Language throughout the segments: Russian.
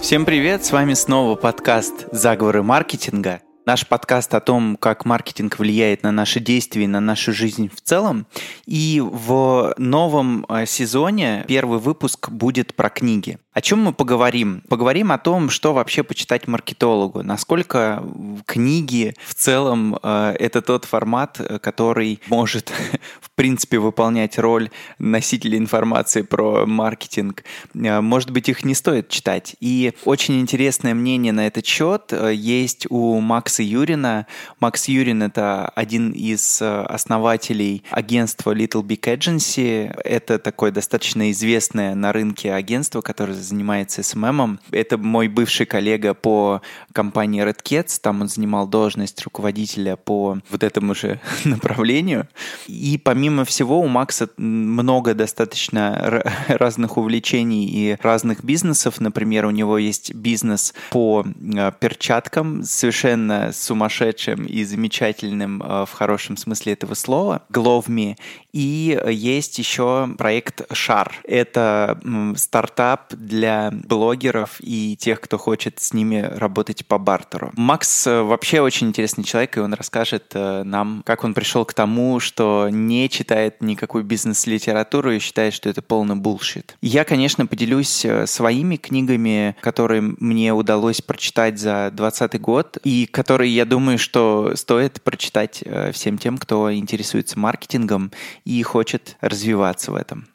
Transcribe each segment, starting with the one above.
Всем привет, с вами снова подкаст «Заговоры маркетинга». Наш подкаст о том, как маркетинг влияет на наши действия и на нашу жизнь в целом. И в новом сезоне первый выпуск будет про книги. О чем мы поговорим? Поговорим о том, что вообще почитать маркетологу, насколько книги в целом это тот формат, который может, в принципе, выполнять роль носителя информации про маркетинг. Может быть, их не стоит читать. И очень интересное мнение на этот счет есть у Макса Юрина. Макс Юрин — это один из основателей агентства Little Big Agency. Это такое достаточно известное на рынке агентство, которое занимается SMM. Это мой бывший коллега по компании Red Cats. Там он занимал должность руководителя по вот этому же направлению. И помимо всего у Макса много достаточно разных увлечений и разных бизнесов. Например, у него есть бизнес по перчаткам, совершенно сумасшедшим и замечательным в хорошем смысле этого слова, GloveMe. И есть еще проект Шар. Это стартап для блогеров и тех, кто хочет с ними работать по бартеру. Макс вообще очень интересный человек, и он расскажет нам, как он пришел к тому, что не читает никакую бизнес-литературу и считает, что это полный булшит. Я, конечно, поделюсь своими книгами, которые мне удалось прочитать за 2020 год, и которые, я думаю, что стоит прочитать всем тем, кто интересуется маркетингом и хочет развиваться в этом.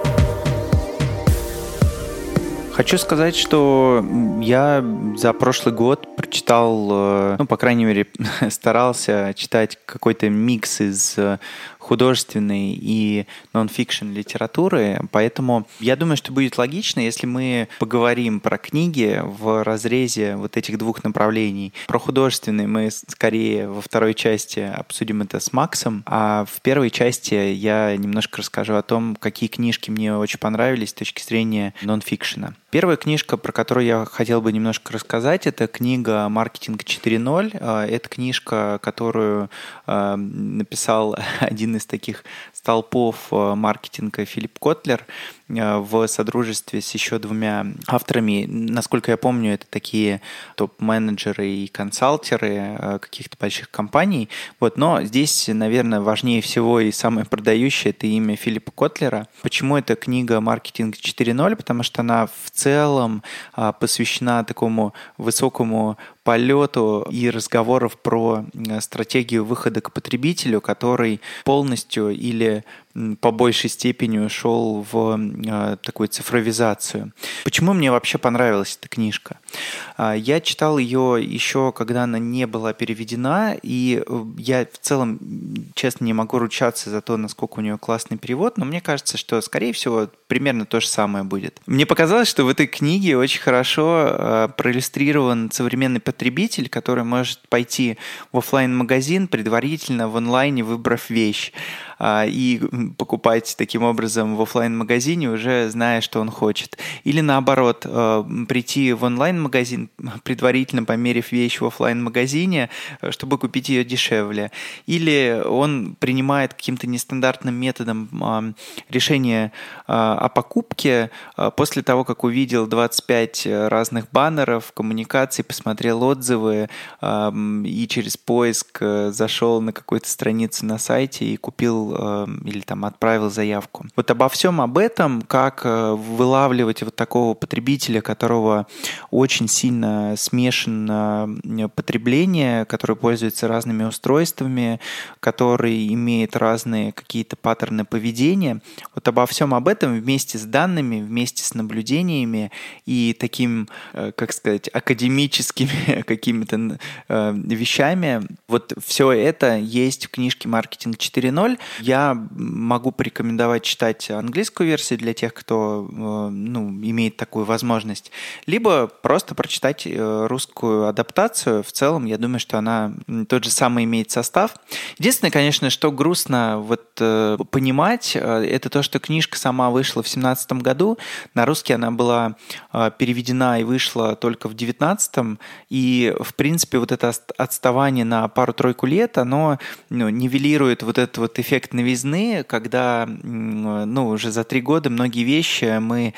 Хочу сказать, что я за прошлый год прочитал, по крайней мере, старался читать какой-то микс из художественной и нон-фикшн литературы, поэтому я думаю, что будет логично, если мы поговорим про книги в разрезе вот этих двух направлений. Про художественные мы скорее во второй части обсудим это с Максом, а в первой части я немножко расскажу о том, какие книжки мне очень понравились с точки зрения нон-фикшена. Первая книжка, про которую я хотел бы немножко рассказать, это книга «Маркетинг 4.0». Это книжка, которую написал один из таких столпов маркетинга Филипп Котлер в содружестве с еще двумя авторами. Насколько я помню, это такие топ-менеджеры и консалтеры каких-то больших компаний. Но здесь, наверное, важнее всего и самое продающее — это имя Филиппа Котлера. Почему эта книга «Маркетинг 4.0»? Потому что она в целом посвящена такому высокому полету и разговоров про стратегию выхода к потребителю, который полностью или по большей степени ушел в такую цифровизацию. Почему мне вообще понравилась эта книжка? Я читал ее еще, когда она не была переведена, и я в целом, честно, не могу ручаться за то, насколько у нее классный перевод, но мне кажется, что, скорее всего, примерно то же самое будет. Мне показалось, что в этой книге очень хорошо проиллюстрирован современный потребитель, который может пойти в офлайн-магазин, предварительно в онлайне выбрав вещь, и покупать таким образом в офлайн-магазине, уже зная, что он хочет. Или наоборот, прийти в онлайн-магазин, предварительно померив вещь в офлайн-магазине, чтобы купить ее дешевле. Или он принимает каким-то нестандартным методом решение о покупке после того, как увидел 25 разных баннеров, коммуникаций, посмотрел отзывы и через поиск зашел на какую-то страницу на сайте и купил или там отправил заявку. Обо всем об этом, как вылавливать вот такого потребителя, которого очень сильно смешано потребление, который пользуется разными устройствами, который имеет разные какие-то паттерны поведения. Обо всем об этом вместе с данными, вместе с наблюдениями и таким, академическими какими-то вещами. Все это есть в книжке «Маркетинг 4.0». Я могу порекомендовать читать английскую версию для тех, кто имеет такую возможность, либо просто прочитать русскую адаптацию. В целом, я думаю, что она тот же самый имеет состав. Единственное, конечно, что грустно понимать, это то, что книжка сама вышла в 2017 году. На русский она была переведена и вышла только в 2019. И, в принципе, это отставание на пару-тройку лет, оно нивелирует этот эффект эффект новизны, когда, уже за 3 года многие вещи мы,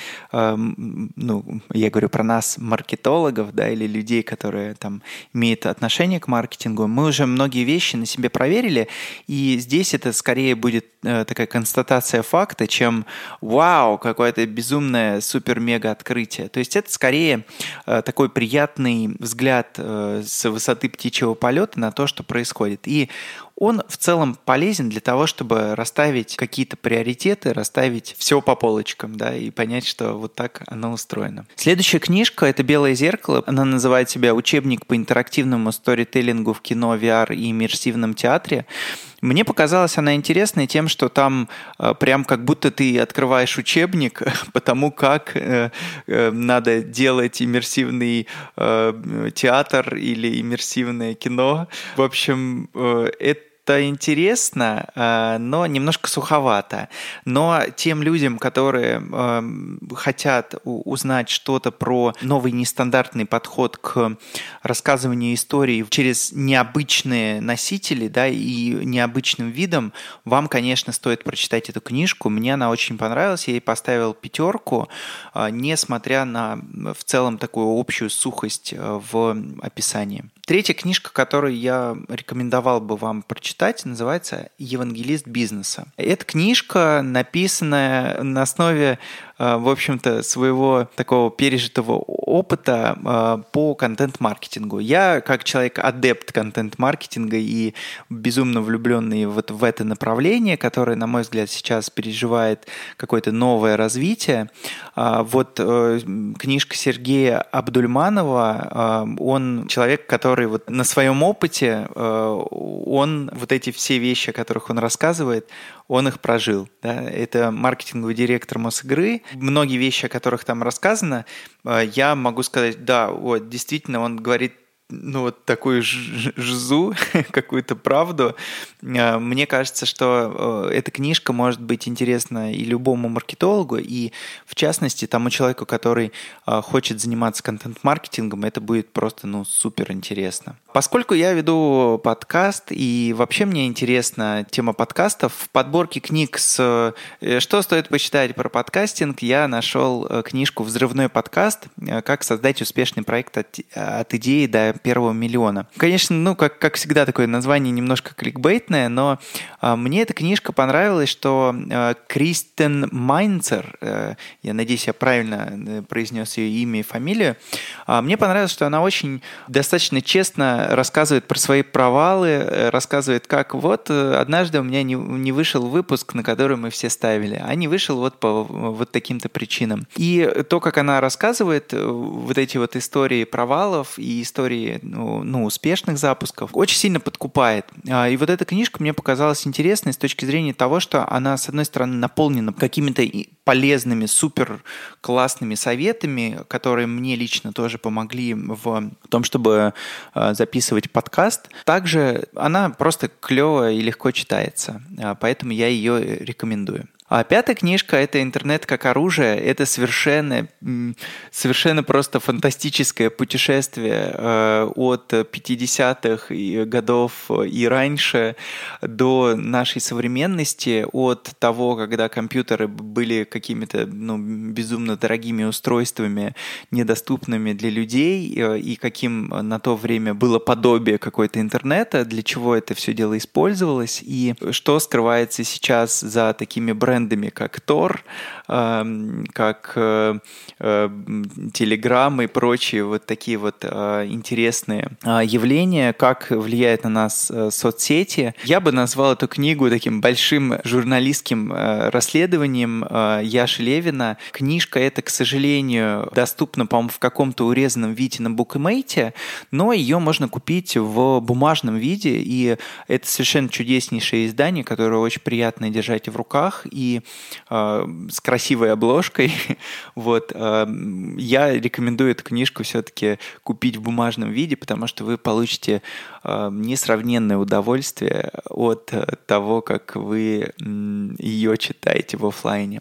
я говорю про нас, маркетологов, да, или людей, которые там имеют отношение к маркетингу, мы уже многие вещи на себе проверили, и здесь это скорее будет такая констатация факта, чем «Вау, какое-то безумное супер-мега открытие». То есть это скорее такой приятный взгляд с высоты птичьего полета на то, что происходит. И он в целом полезен для того, чтобы расставить какие-то приоритеты, расставить все по полочкам, да, и понять, что вот так оно устроено. Следующая книжка — это «Белое зеркало». Она называет себя «Учебник по интерактивному сторителлингу в кино, VR и иммерсивном театре». Мне показалась она интересной тем, что там прям как будто ты открываешь учебник по тому, как надо делать иммерсивный театр или иммерсивное кино. В общем, это интересно, но немножко суховато. Но тем людям, которые хотят узнать что-то про новый нестандартный подход к рассказыванию историй через необычные носители, да, и необычным видом, вам, конечно, стоит прочитать эту книжку. Мне она очень понравилась, я ей поставил 5, несмотря на в целом такую общую сухость в описании. Третья книжка, которую я рекомендовал бы вам прочитать, называется «Евангелист бизнеса». Эта книжка, написанная на основе, в общем-то, своего такого пережитого опыта по контент-маркетингу. Я, как человек-адепт контент-маркетинга и безумно влюбленный вот в это направление, которое, на мой взгляд, сейчас переживает какое-то новое развитие, вот книжка Сергея Абдульманова, он человек, который вот на своем опыте, он вот эти все вещи, о которых он рассказывает, он их прожил. Да? Это маркетинговый директор Мосигры. Многие вещи, о которых там рассказано, я могу сказать, да, вот действительно он говорит вот такую жзу, какую-то правду. Мне кажется, что эта книжка может быть интересна и любому маркетологу, и в частности тому человеку, который хочет заниматься контент-маркетингом, это будет просто супер интересно. Поскольку я веду подкаст, и вообще мне интересна тема подкастов, в подборке книг с «Что стоит почитать про подкастинг» я нашел книжку «Взрывной подкаст. Как создать успешный проект от идеи до первого миллиона». Конечно, как всегда, такое название немножко кликбейтное, но мне эта книжка понравилась, что Кристен Майнцер, я надеюсь, я правильно произнес ее имя и фамилию, мне понравилось, что она очень достаточно честно рассказывает про свои провалы, рассказывает, как вот однажды у меня не вышел выпуск, на который мы все ставили, а не вышел вот по вот таким-то причинам. И то, как она рассказывает вот эти вот истории провалов и истории успешных запусков, очень сильно подкупает. И вот эта книжка мне показалась интересной с точки зрения того, что она, с одной стороны, наполнена какими-то полезными, супер классными советами, которые мне лично тоже помогли в том, чтобы записывать подкаст. Также она просто клевая и легко читается, поэтому я ее рекомендую. А 5-я книжка — это «Интернет как оружие». Это совершенно просто фантастическое путешествие от 50-х годов и раньше до нашей современности, от того, когда компьютеры были какими-то безумно дорогими устройствами, недоступными для людей, и каким на то время было подобие какой-то интернета, для чего это все дело использовалось, и что скрывается сейчас за такими брендами, как Tor, как Telegram и прочие вот такие вот интересные явления, как влияют на нас соцсети. Я бы назвал эту книгу таким большим журналистским расследованием Яши Левина. Книжка эта, к сожалению, доступна, по-моему, в каком-то урезанном виде на Bookmate, но ее можно купить в бумажном виде, и это совершенно чудеснейшее издание, которое очень приятно держать в руках, и с красивой обложкой. Вот. Я рекомендую эту книжку все-таки купить в бумажном виде, потому что вы получите несравненное удовольствие от того, как вы ее читаете в офлайне.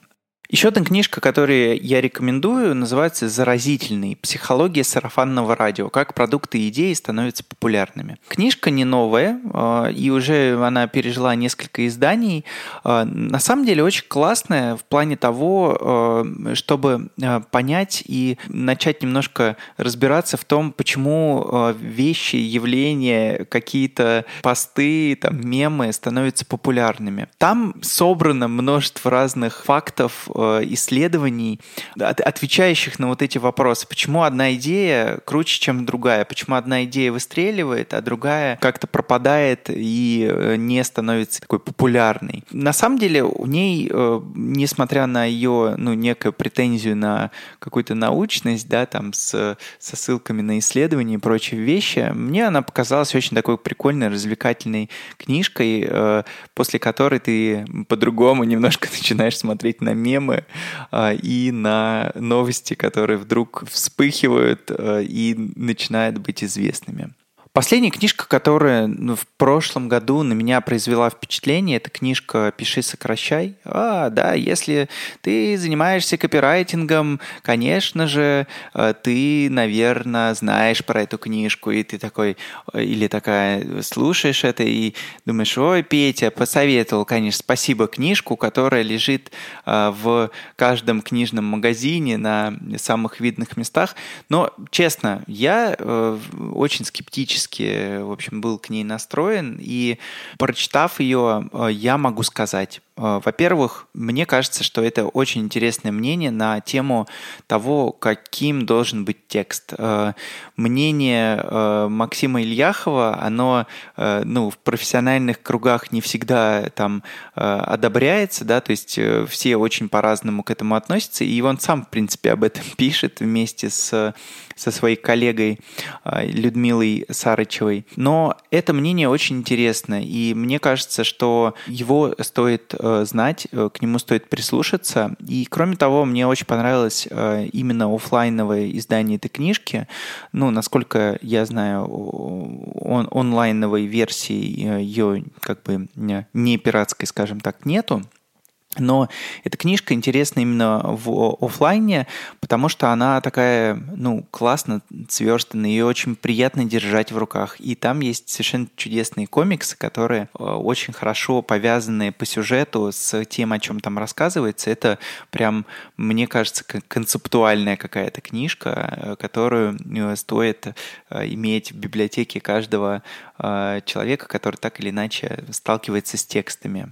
Еще одна книжка, которую я рекомендую, называется «Заразительный. Психология сарафанного радио. Как продукты и идеи становятся популярными». Книжка не новая, и уже она пережила несколько изданий. На самом деле очень классная в плане того, чтобы понять и начать немножко разбираться в том, почему вещи, явления, какие-то посты, там, мемы становятся популярными. Там собрано множество разных фактов, исследований, отвечающих на вот эти вопросы. Почему одна идея круче, чем другая? Почему одна идея выстреливает, а другая как-то пропадает и не становится такой популярной? На самом деле у ней, несмотря на ее некую претензию на какую-то научность, да, там со ссылками на исследования и прочие вещи, мне она показалась очень такой прикольной, развлекательной книжкой, после которой ты по-другому немножко начинаешь смотреть на мемы и на новости, которые вдруг вспыхивают и начинают быть известными. Последняя книжка, которая в прошлом году на меня произвела впечатление, это книжка «Пиши, сокращай». Да, если ты занимаешься копирайтингом, конечно же, ты, наверное, знаешь про эту книжку, и ты такой или такая слушаешь это и думаешь: ой, Петя, посоветовал, конечно, спасибо, книжку, которая лежит в каждом книжном магазине на самых видных местах. Но, честно, я очень скептически, в общем, был к ней настроен, и, прочитав ее, я могу сказать: во-первых, мне кажется, что это очень интересное мнение на тему того, каким должен быть текст. Мнение Максима Ильяхова, оно в профессиональных кругах не всегда там одобряется, да, то есть все очень по-разному к этому относятся, и он сам, в принципе, об этом пишет вместе со своей коллегой Людмилой Сарычевой. Но это мнение очень интересно, и мне кажется, что его стоит знать, к нему стоит прислушаться. И, кроме того, мне очень понравилось именно офлайновое издание этой книжки. Насколько я знаю, онлайновой версии ее как бы не пиратской, скажем так, нету. Но эта книжка интересна именно в офлайне, потому что она такая, классно сверстанная, ее очень приятно держать в руках. И там есть совершенно чудесные комиксы, которые очень хорошо повязаны по сюжету с тем, о чем там рассказывается. Это прям, мне кажется, концептуальная какая-то книжка, которую стоит иметь в библиотеке каждого человека, который так или иначе сталкивается с текстами.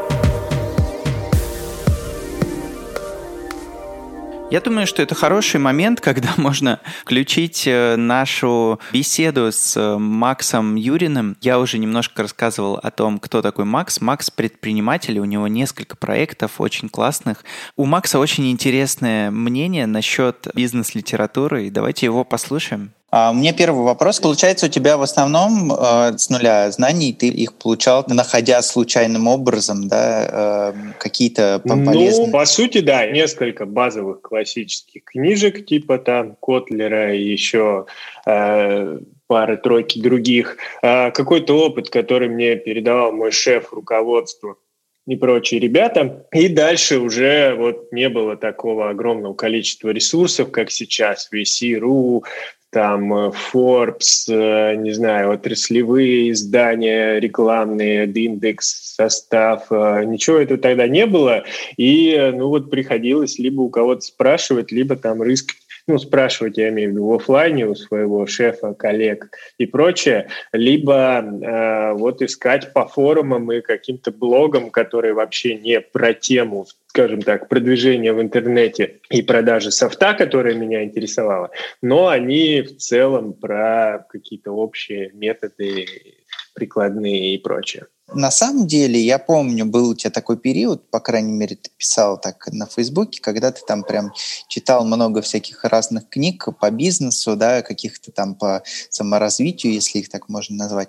Я думаю, что это хороший момент, когда можно включить нашу беседу с Максом Юриным. Я уже немножко рассказывал о том, кто такой Макс. Макс предприниматель, у него несколько проектов очень классных. У Макса очень интересное мнение насчет бизнес-литературы, и давайте его послушаем. У меня первый вопрос. Получается, у тебя в основном с нуля знаний ты их получал, находя случайным образом, да, какие-то полезные? По сути, да, несколько базовых классических книжек, типа там Котлера и еще пары-тройки других. Какой-то опыт, который мне передавал мой шеф, руководство и прочие ребята. И дальше уже не было такого огромного количества ресурсов, как сейчас, VC.ru, там Forbes, не знаю, отраслевые издания, рекламные, индекс, состав, ничего этого тогда не было, и приходилось либо у кого-то спрашивать, либо там рискать. Спрашивать, я имею в виду, в офлайне у своего шефа, коллег и прочее, либо искать по форумам и каким-то блогам, которые вообще не про тему, скажем так, продвижения в интернете и продажи софта, которая меня интересовала, но они в целом про какие-то общие методы прикладные и прочее. На самом деле, я помню, был у тебя такой период, по крайней мере, ты писал так на Фейсбуке, когда ты там прям читал много всяких разных книг по бизнесу, да, каких-то там по саморазвитию, если их так можно назвать.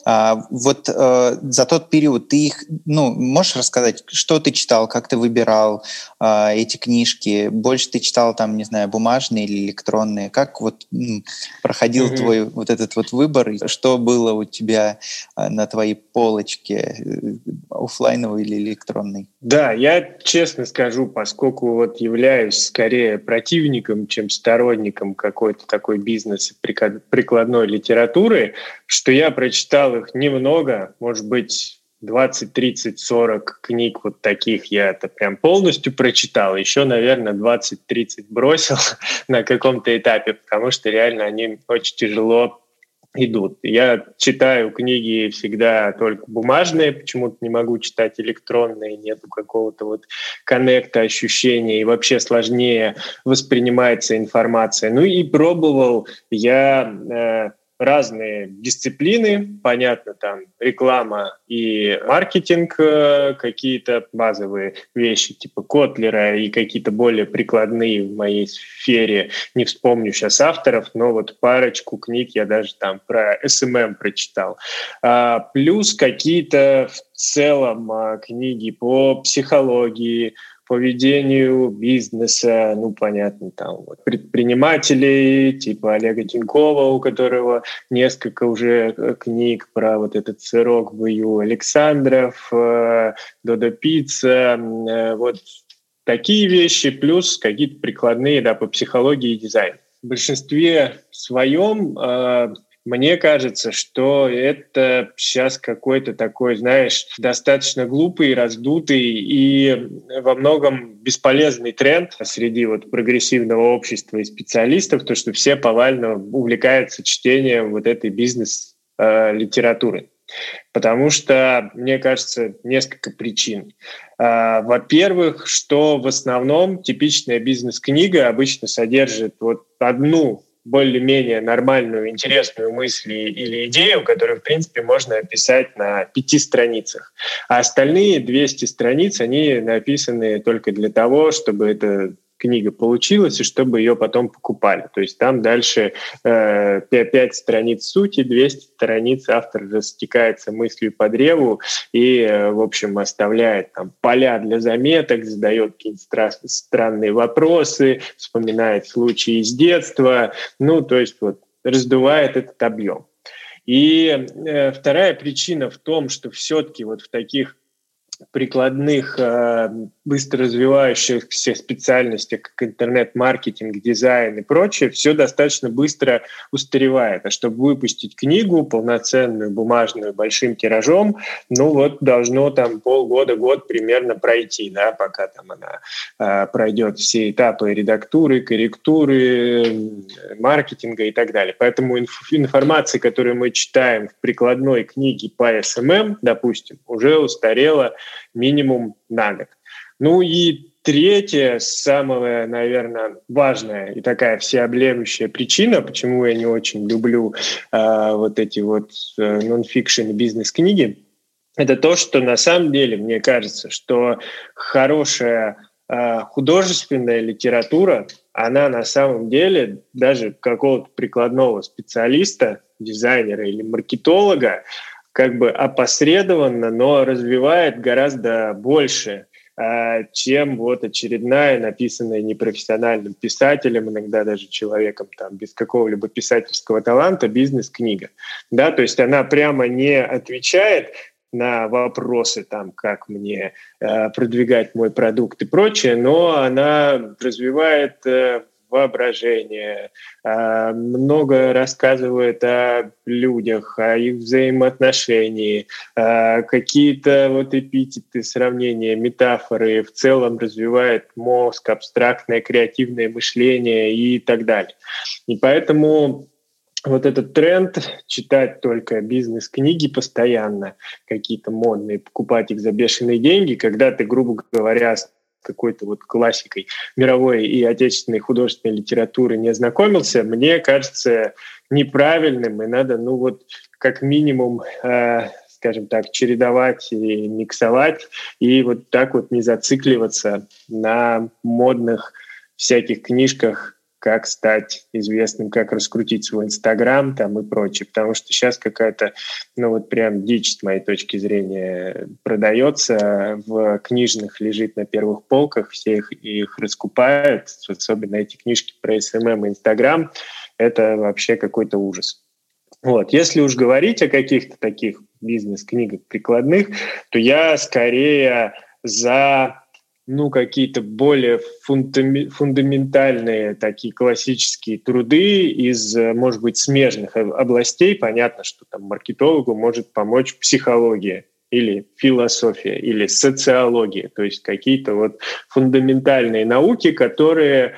За тот период ты их, можешь рассказать, что ты читал, как ты выбирал эти книжки? Больше ты читал там, не знаю, бумажные или электронные? Как проходил твой этот выбор? Что было у тебя на твоей полочке? полочке, офлайновой или электронной? Да, я честно скажу, поскольку вот являюсь скорее противником, чем сторонником какой-то такой бизнес-прикладной литературы, что я прочитал их немного, может быть, 20, 30, 40 книг вот таких я это прям полностью прочитал. Еще, наверное, 20-30 бросил на каком-то этапе, потому что реально они очень тяжело идут. Я читаю книги всегда только бумажные, почему-то не могу читать электронные, нету какого-то вот коннекта, ощущения, и вообще сложнее воспринимается информация. Ну и пробовал я разные дисциплины, понятно, там реклама и маркетинг, какие-то базовые вещи типа Котлера и какие-то более прикладные в моей сфере. Не вспомню сейчас авторов, но вот парочку книг я даже там про SMM прочитал. Плюс какие-то в целом книги по психологии, по ведению бизнеса, ну, понятно, там вот предпринимателей, типа Олега Тинькова, у которого несколько уже книг про вот этот сырок в Александров, Додо Пицца, вот такие вещи, плюс какие-то прикладные, да, по психологии и дизайну. В большинстве своем мне кажется, что это сейчас какой-то такой, знаешь, достаточно глупый, раздутый и во многом бесполезный тренд среди вот прогрессивного общества и специалистов, то, что все повально увлекаются чтением вот этой бизнес-литературы. Потому что, мне кажется, несколько причин. Во-первых, что в основном типичная бизнес-книга обычно содержит вот одну более-менее нормальную, интересную мысль или идею, которую, в принципе, можно описать на 5 страницах. А остальные 200 страниц, они написаны только для того, чтобы эта книга получилась и чтобы ее потом покупали. То есть там дальше 5 страниц сути, 200 страниц автор растекается мыслью по древу и, в общем, оставляет там поля для заметок, задает какие-то странные вопросы, вспоминает случаи из детства, ну, то есть вот раздувает этот объем. И вторая причина в том, что все-таки вот в таких прикладных, быстро развивающихся специальностях, как интернет-маркетинг, дизайн и прочее, все достаточно быстро устаревает. А чтобы выпустить книгу полноценную, бумажную, большим тиражом, ну вот должно там полгода, год примерно пройти, да, пока там она пройдет все этапы редактуры, корректуры, маркетинга и так далее. Поэтому информация, которую мы читаем в прикладной книге по SMM, допустим, уже устарела минимум на год. Ну и третья, самая, наверное, важная и такая всеобъемлющая причина, почему я не очень люблю вот эти вот нон-фикшн и бизнес-книги, это то, что на самом деле, мне кажется, что хорошая художественная литература, она на самом деле даже какого-то прикладного специалиста, дизайнера или маркетолога, как бы опосредованно, но развивает гораздо больше, чем вот очередная, написанная непрофессиональным писателем, иногда даже человеком там, без какого-либо писательского таланта, бизнес-книга. Да, то есть она прямо не отвечает на вопросы, там, как мне продвигать мой продукт и прочее, но она развивает воображение, много рассказывает о людях, о их взаимоотношении, какие-то вот эпитеты, сравнения, метафоры, в целом развивает мозг, абстрактное креативное мышление и так далее. И поэтому вот этот тренд читать только бизнес-книги постоянно, какие-то модные, покупать их за бешеные деньги, когда ты, грубо говоря, какой-то вот классикой мировой и отечественной художественной литературы не ознакомился, мне кажется неправильным, и надо, ну вот, как минимум, скажем так, чередовать и миксовать, и вот так вот не зацикливаться на модных всяких книжках, как стать известным, как раскрутить свой Инстаграм там и прочее. Потому что сейчас какая-то, ну вот прям дичь с моей точки зрения продается, в книжных лежит на первых полках, все их раскупают, особенно эти книжки про СММ и Инстаграм, это вообще какой-то ужас. Вот. Если уж говорить о каких-то таких бизнес-книгах прикладных, то я скорее за какие-то более фундаментальные такие классические труды из, может быть, смежных областей. Понятно, что там маркетологу может помочь психология или философия, или социология, то есть какие-то вот фундаментальные науки, которые,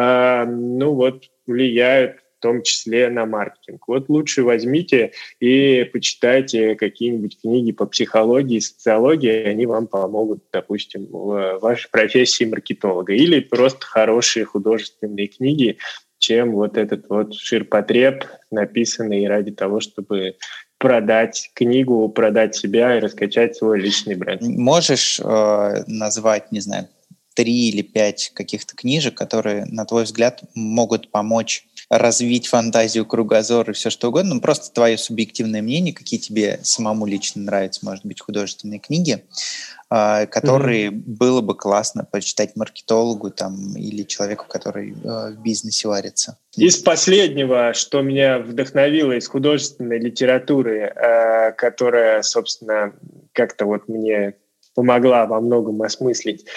влияют в том числе на маркетинг. Вот лучше возьмите и почитайте какие-нибудь книги по психологии, социологии, они вам помогут, допустим, в вашей профессии маркетолога. Или просто хорошие художественные книги, чем вот этот вот ширпотреб, написанный ради того, чтобы продать книгу, продать себя и раскачать свой личный бренд. Можешь назвать, не знаю, 3 или 5 каких-то книжек, которые, на твой взгляд, могут помочь развить фантазию, кругозор и все что угодно, ну, просто твое субъективное мнение, какие тебе самому лично нравятся, может быть, художественные книги, которые было бы классно почитать маркетологу там, или человеку, который в бизнесе варится. Из последнего, что меня вдохновило из художественной литературы, которая, собственно, как-то вот мне помогла во многом осмыслить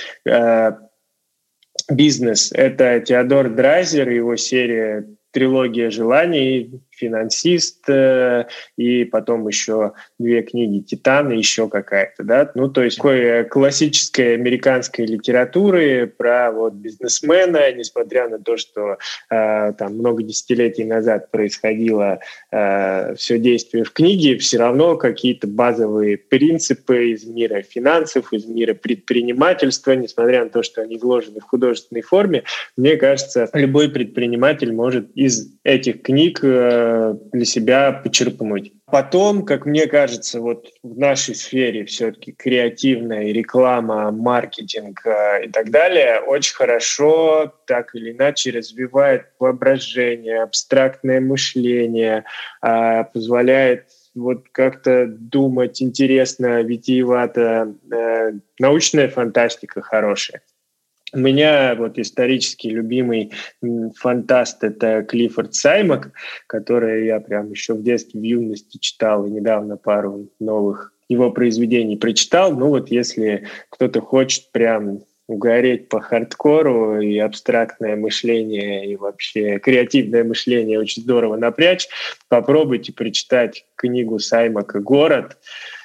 бизнес, это Теодор Драйзер и его серия «Трилогия желаний», «Финансист», и потом еще 2 книги «Титан» и еще какая-то, да, ну, то есть такой классической американской литературы про вот бизнесмена, несмотря на то, что там много десятилетий назад происходило все действие в книге, все равно какие-то базовые принципы из мира финансов, из мира предпринимательства, несмотря на то, что они изложены в художественной форме, мне кажется, любой предприниматель может из этих книг для себя почерпнуть. Потом, как мне кажется, вот в нашей сфере все-таки креативная реклама, маркетинг и так далее очень хорошо так или иначе развивает воображение, абстрактное мышление, позволяет вот как-то думать интересно, витиевато, научная фантастика хорошая. У меня вот исторически любимый фантаст — это Клиффорд Саймак, который я прям еще в детстве, в юности читал, и недавно пару новых его произведений прочитал. Ну вот если кто-то хочет прям угореть по хардкору и абстрактное мышление, и вообще креативное мышление очень здорово напрячь, попробуйте прочитать книгу Саймака «Город».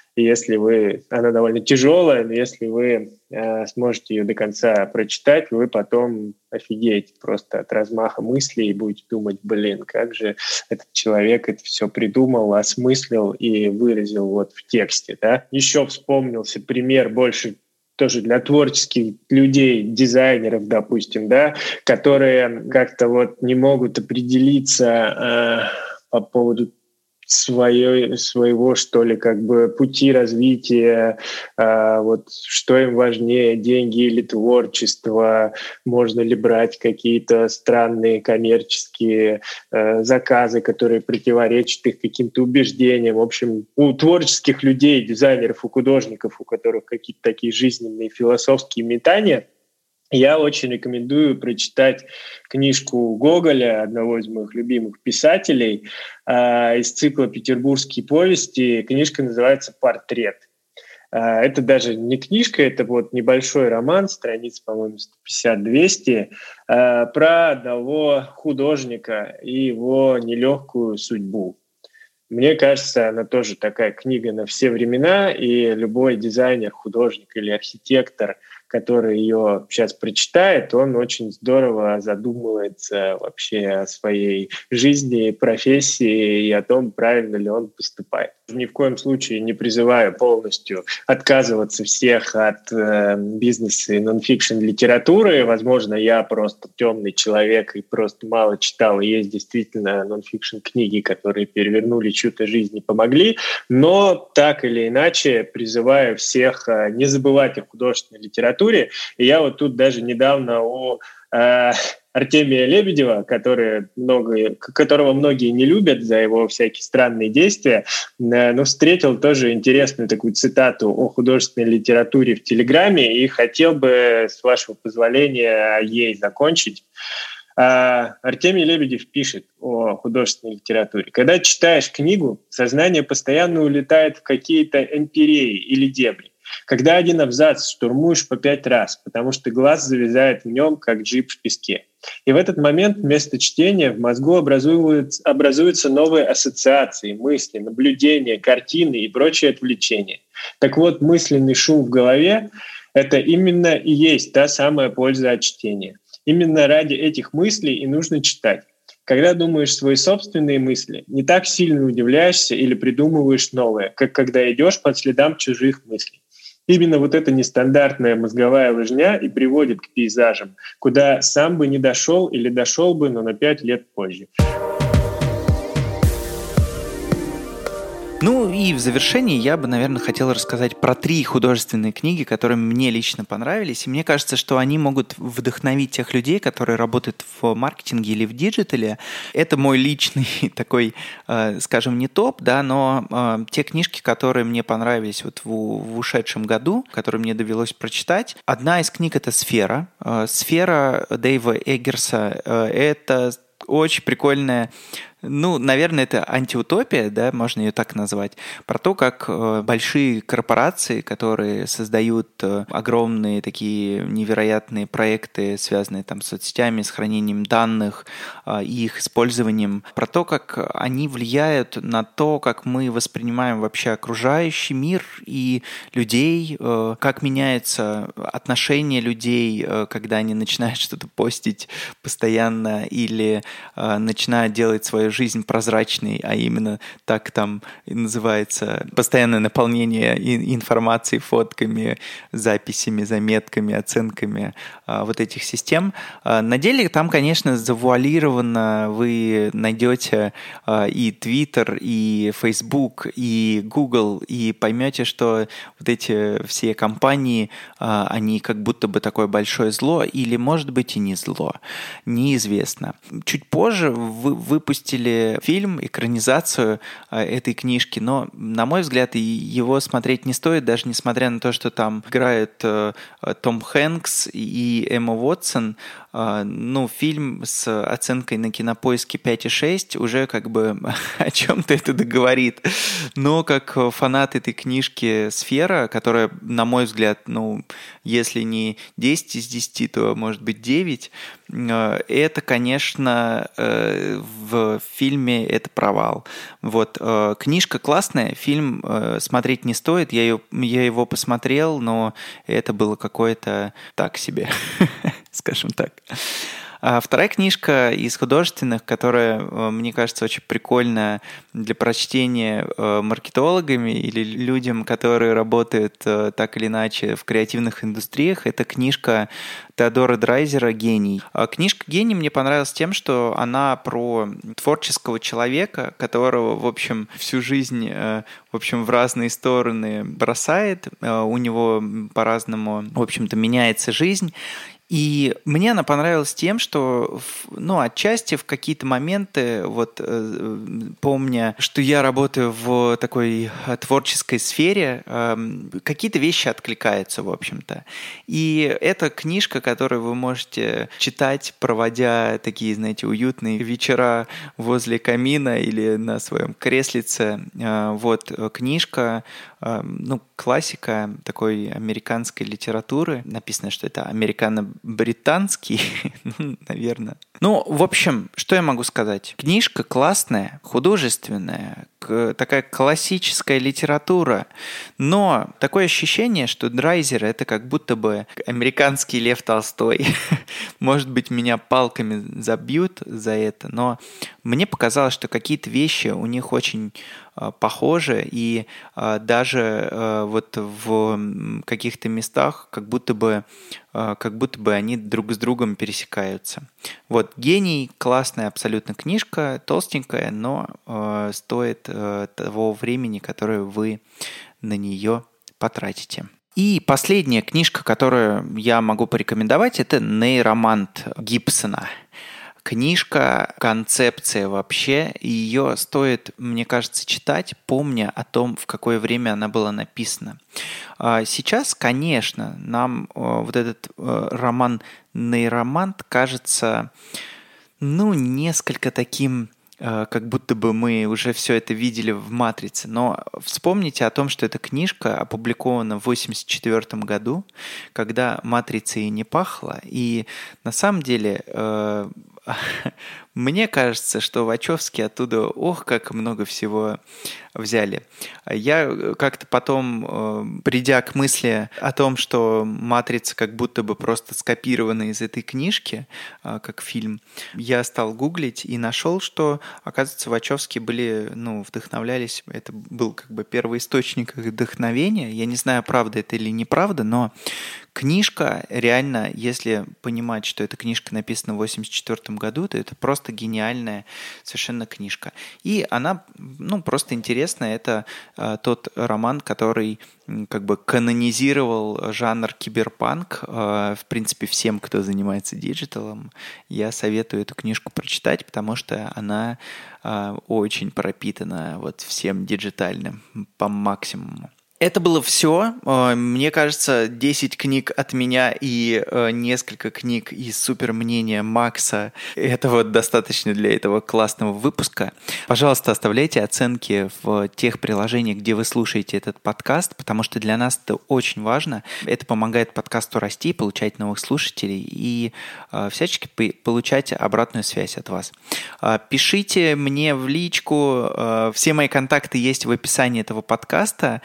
И она довольно тяжелая, но если вы сможете ее до конца прочитать, вы потом офигеете просто от размаха мыслей и будете думать, как же этот человек это все придумал, осмыслил и выразил вот в тексте. Да? Еще вспомнился пример больше тоже для творческих людей, дизайнеров, допустим, да, которые как-то вот не могут определиться по поводу своего, что ли, как бы пути развития, вот что им важнее, деньги или творчество, можно ли брать какие-то странные коммерческие заказы, которые противоречат их каким-то убеждениям. В общем, у творческих людей, дизайнеров, у художников, у которых какие-то такие жизненные философские метания, я очень рекомендую прочитать книжку Гоголя, одного из моих любимых писателей, из цикла «Петербургские повести». Книжка называется «Портрет». Это даже не книжка, это вот небольшой роман, страниц, по-моему, 150-200, про одного художника и его нелегкую судьбу. Мне кажется, она тоже такая книга на все времена, и любой дизайнер, художник или архитектор, который ее сейчас прочитает, он очень здорово задумывается вообще о своей жизни, профессии и о том, правильно ли он поступает. Ни в коем случае не призываю полностью отказываться всех от бизнеса и нон-фикшн литературы. Возможно, я просто темный человек и просто мало читал. И есть действительно нон-фикшн книги, которые перевернули чью-то жизнь и помогли. Но так или иначе призываю всех не забывать о художественной литературе. И я вот тут даже недавно у Артемия Лебедева, которого многие не любят за его всякие странные действия, но встретил тоже интересную такую цитату о художественной литературе в Телеграме и хотел бы, с вашего позволения, ей закончить. Артемий Лебедев пишет о художественной литературе. Когда читаешь книгу, сознание постоянно улетает в какие-то эмпиреи или дебри. Когда один абзац штурмуешь по 5 раз, потому что глаз завязает в нем, как джип в песке. И в этот момент вместо чтения в мозгу образуются новые ассоциации, мысли, наблюдения, картины и прочие отвлечения. Так вот, мысленный шум в голове — это именно и есть та самая польза от чтения. Именно ради этих мыслей и нужно читать. Когда думаешь свои собственные мысли, не так сильно удивляешься или придумываешь новое, как когда идешь под следам чужих мыслей. Именно вот эта нестандартная мозговая лыжня и приводит к пейзажам, куда сам бы не дошел или дошел бы, но на 5 лет позже. Ну и в завершении я бы, наверное, хотел рассказать про 3 художественные книги, которые мне лично понравились. И мне кажется, что они могут вдохновить тех людей, которые работают в маркетинге или в диджитале. Это мой личный такой, скажем, не топ, да, но те книжки, которые мне понравились вот в ушедшем году, которые мне довелось прочитать. Одна из книг — это «Сфера». «Сфера» Дэйва Эггерса — это очень прикольная. Ну, наверное, это антиутопия, да, можно ее так назвать, про то, как большие корпорации, которые создают огромные такие невероятные проекты, связанные там с соцсетями, с хранением данных и их использованием, про то, как они влияют на то, как мы воспринимаем вообще окружающий мир и людей, как меняется отношение людей, когда они начинают что-то постить постоянно или начинают делать свою жизнь прозрачной, а именно так там и называется постоянное наполнение информацией, фотками, записями, заметками, оценками вот этих систем. На деле там, конечно, завуалированно вы найдете и Twitter, и Facebook, и Google, и поймете, что вот эти все компании, они как будто бы такое большое зло, или, может быть, и не зло. Неизвестно. Чуть позже выпустили фильм, экранизацию этой книжки, но, на мой взгляд, его смотреть не стоит, даже несмотря на то, что там играют Том Хэнкс и Эмма Уотсон. Ну, фильм с оценкой на Кинопоиске 5,6 уже как бы о чем-то это договорит. Но как фанат этой книжки «Сфера», которая, на мой взгляд, ну, если не 10 из 10, то, может быть, 9, это, конечно, в фильме это провал. Вот. Книжка классная, фильм смотреть не стоит. Я его посмотрел, но это было какое-то так себе, скажем так. А вторая книжка из художественных, которая, мне кажется, очень прикольная для прочтения маркетологами или людям, которые работают так или иначе в креативных индустриях, это книжка Теодора Драйзера «Гений». Книжка «Гений» мне понравилась тем, что она про творческого человека, которого, в общем, всю жизнь, в общем, в разные стороны бросает, у него по-разному, в общем-то, меняется жизнь. И мне она понравилась тем, что, ну, отчасти в какие-то моменты, вот помня, что я работаю в такой творческой сфере, какие-то вещи откликаются, в общем-то. И это книжка, которую вы можете читать, проводя такие, знаете, уютные вечера возле камина или на своем креслице. Вот книжка, ну, классика такой американской литературы. Написано, что это американо-британский, наверное. Ну, в общем, что я могу сказать? Книжка классная, художественная, такая классическая литература, но такое ощущение, что Драйзер — это как будто бы американский Лев Толстой. Может быть, меня палками забьют за это, но мне показалось, что какие-то вещи у них очень похожи, и даже вот в каких-то местах как будто бы они друг с другом пересекаются. Вот «Гений» — классная абсолютно книжка, толстенькая, но стоит того времени, которое вы на нее потратите. И последняя книжка, которую я могу порекомендовать, это «Нейромант» Гибсона. Книжка, концепция вообще, ее стоит, мне кажется, читать, помня о том, в какое время она была написана. Сейчас, конечно, нам вот этот роман «Нейромант» кажется несколько таким, как будто бы мы уже все это видели в «Матрице». Но вспомните о том, что эта книжка опубликована в 1984 году, когда «Матрицей» не пахло. И на самом деле мне кажется, что Вачовски оттуда, как много всего взяли. Я как-то потом, придя к мысли о том, что «Матрица» как будто бы просто скопирована из этой книжки, как фильм, я стал гуглить и нашел, что, оказывается, Вачовски вдохновлялись, это был как бы первый источник их вдохновения. Я не знаю, правда это или неправда, но книжка реально, если понимать, что эта книжка написана в 1984 году, то это просто гениальная совершенно книжка. И она, просто интересная. Это тот роман, который как бы канонизировал жанр киберпанк. В принципе, всем, кто занимается диджиталом, я советую эту книжку прочитать, потому что она очень пропитана всем диджитальным по максимуму. Это было все. Мне кажется, 10 книг от меня и несколько книг из супермнения Макса. Этого достаточно для этого классного выпуска. Пожалуйста, оставляйте оценки в тех приложениях, где вы слушаете этот подкаст, потому что для нас это очень важно. Это помогает подкасту расти, получать новых слушателей и всячески получать обратную связь от вас. Пишите мне в личку. Все мои контакты есть в описании этого подкаста.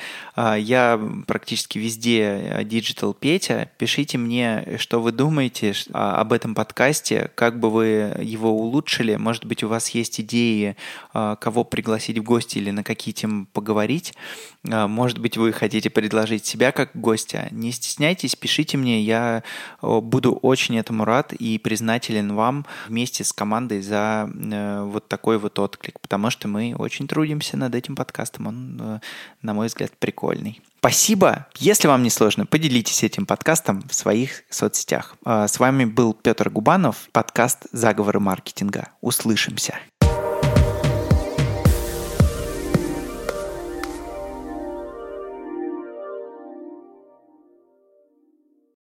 Я практически везде Digital Петя. Пишите мне, что вы думаете об этом подкасте, как бы вы его улучшили. Может быть, у вас есть идеи, кого пригласить в гости или на какие темы поговорить. Может быть, вы хотите предложить себя как гостя. Не стесняйтесь, пишите мне. Я буду очень этому рад и признателен вам вместе с командой за такой отклик, потому что мы очень трудимся над этим подкастом. Он, на мой взгляд, прикольный. Спасибо. Если вам не сложно, поделитесь этим подкастом в своих соцсетях. С вами был Петр Губанов, подкаст «Заговоры маркетинга». Услышимся.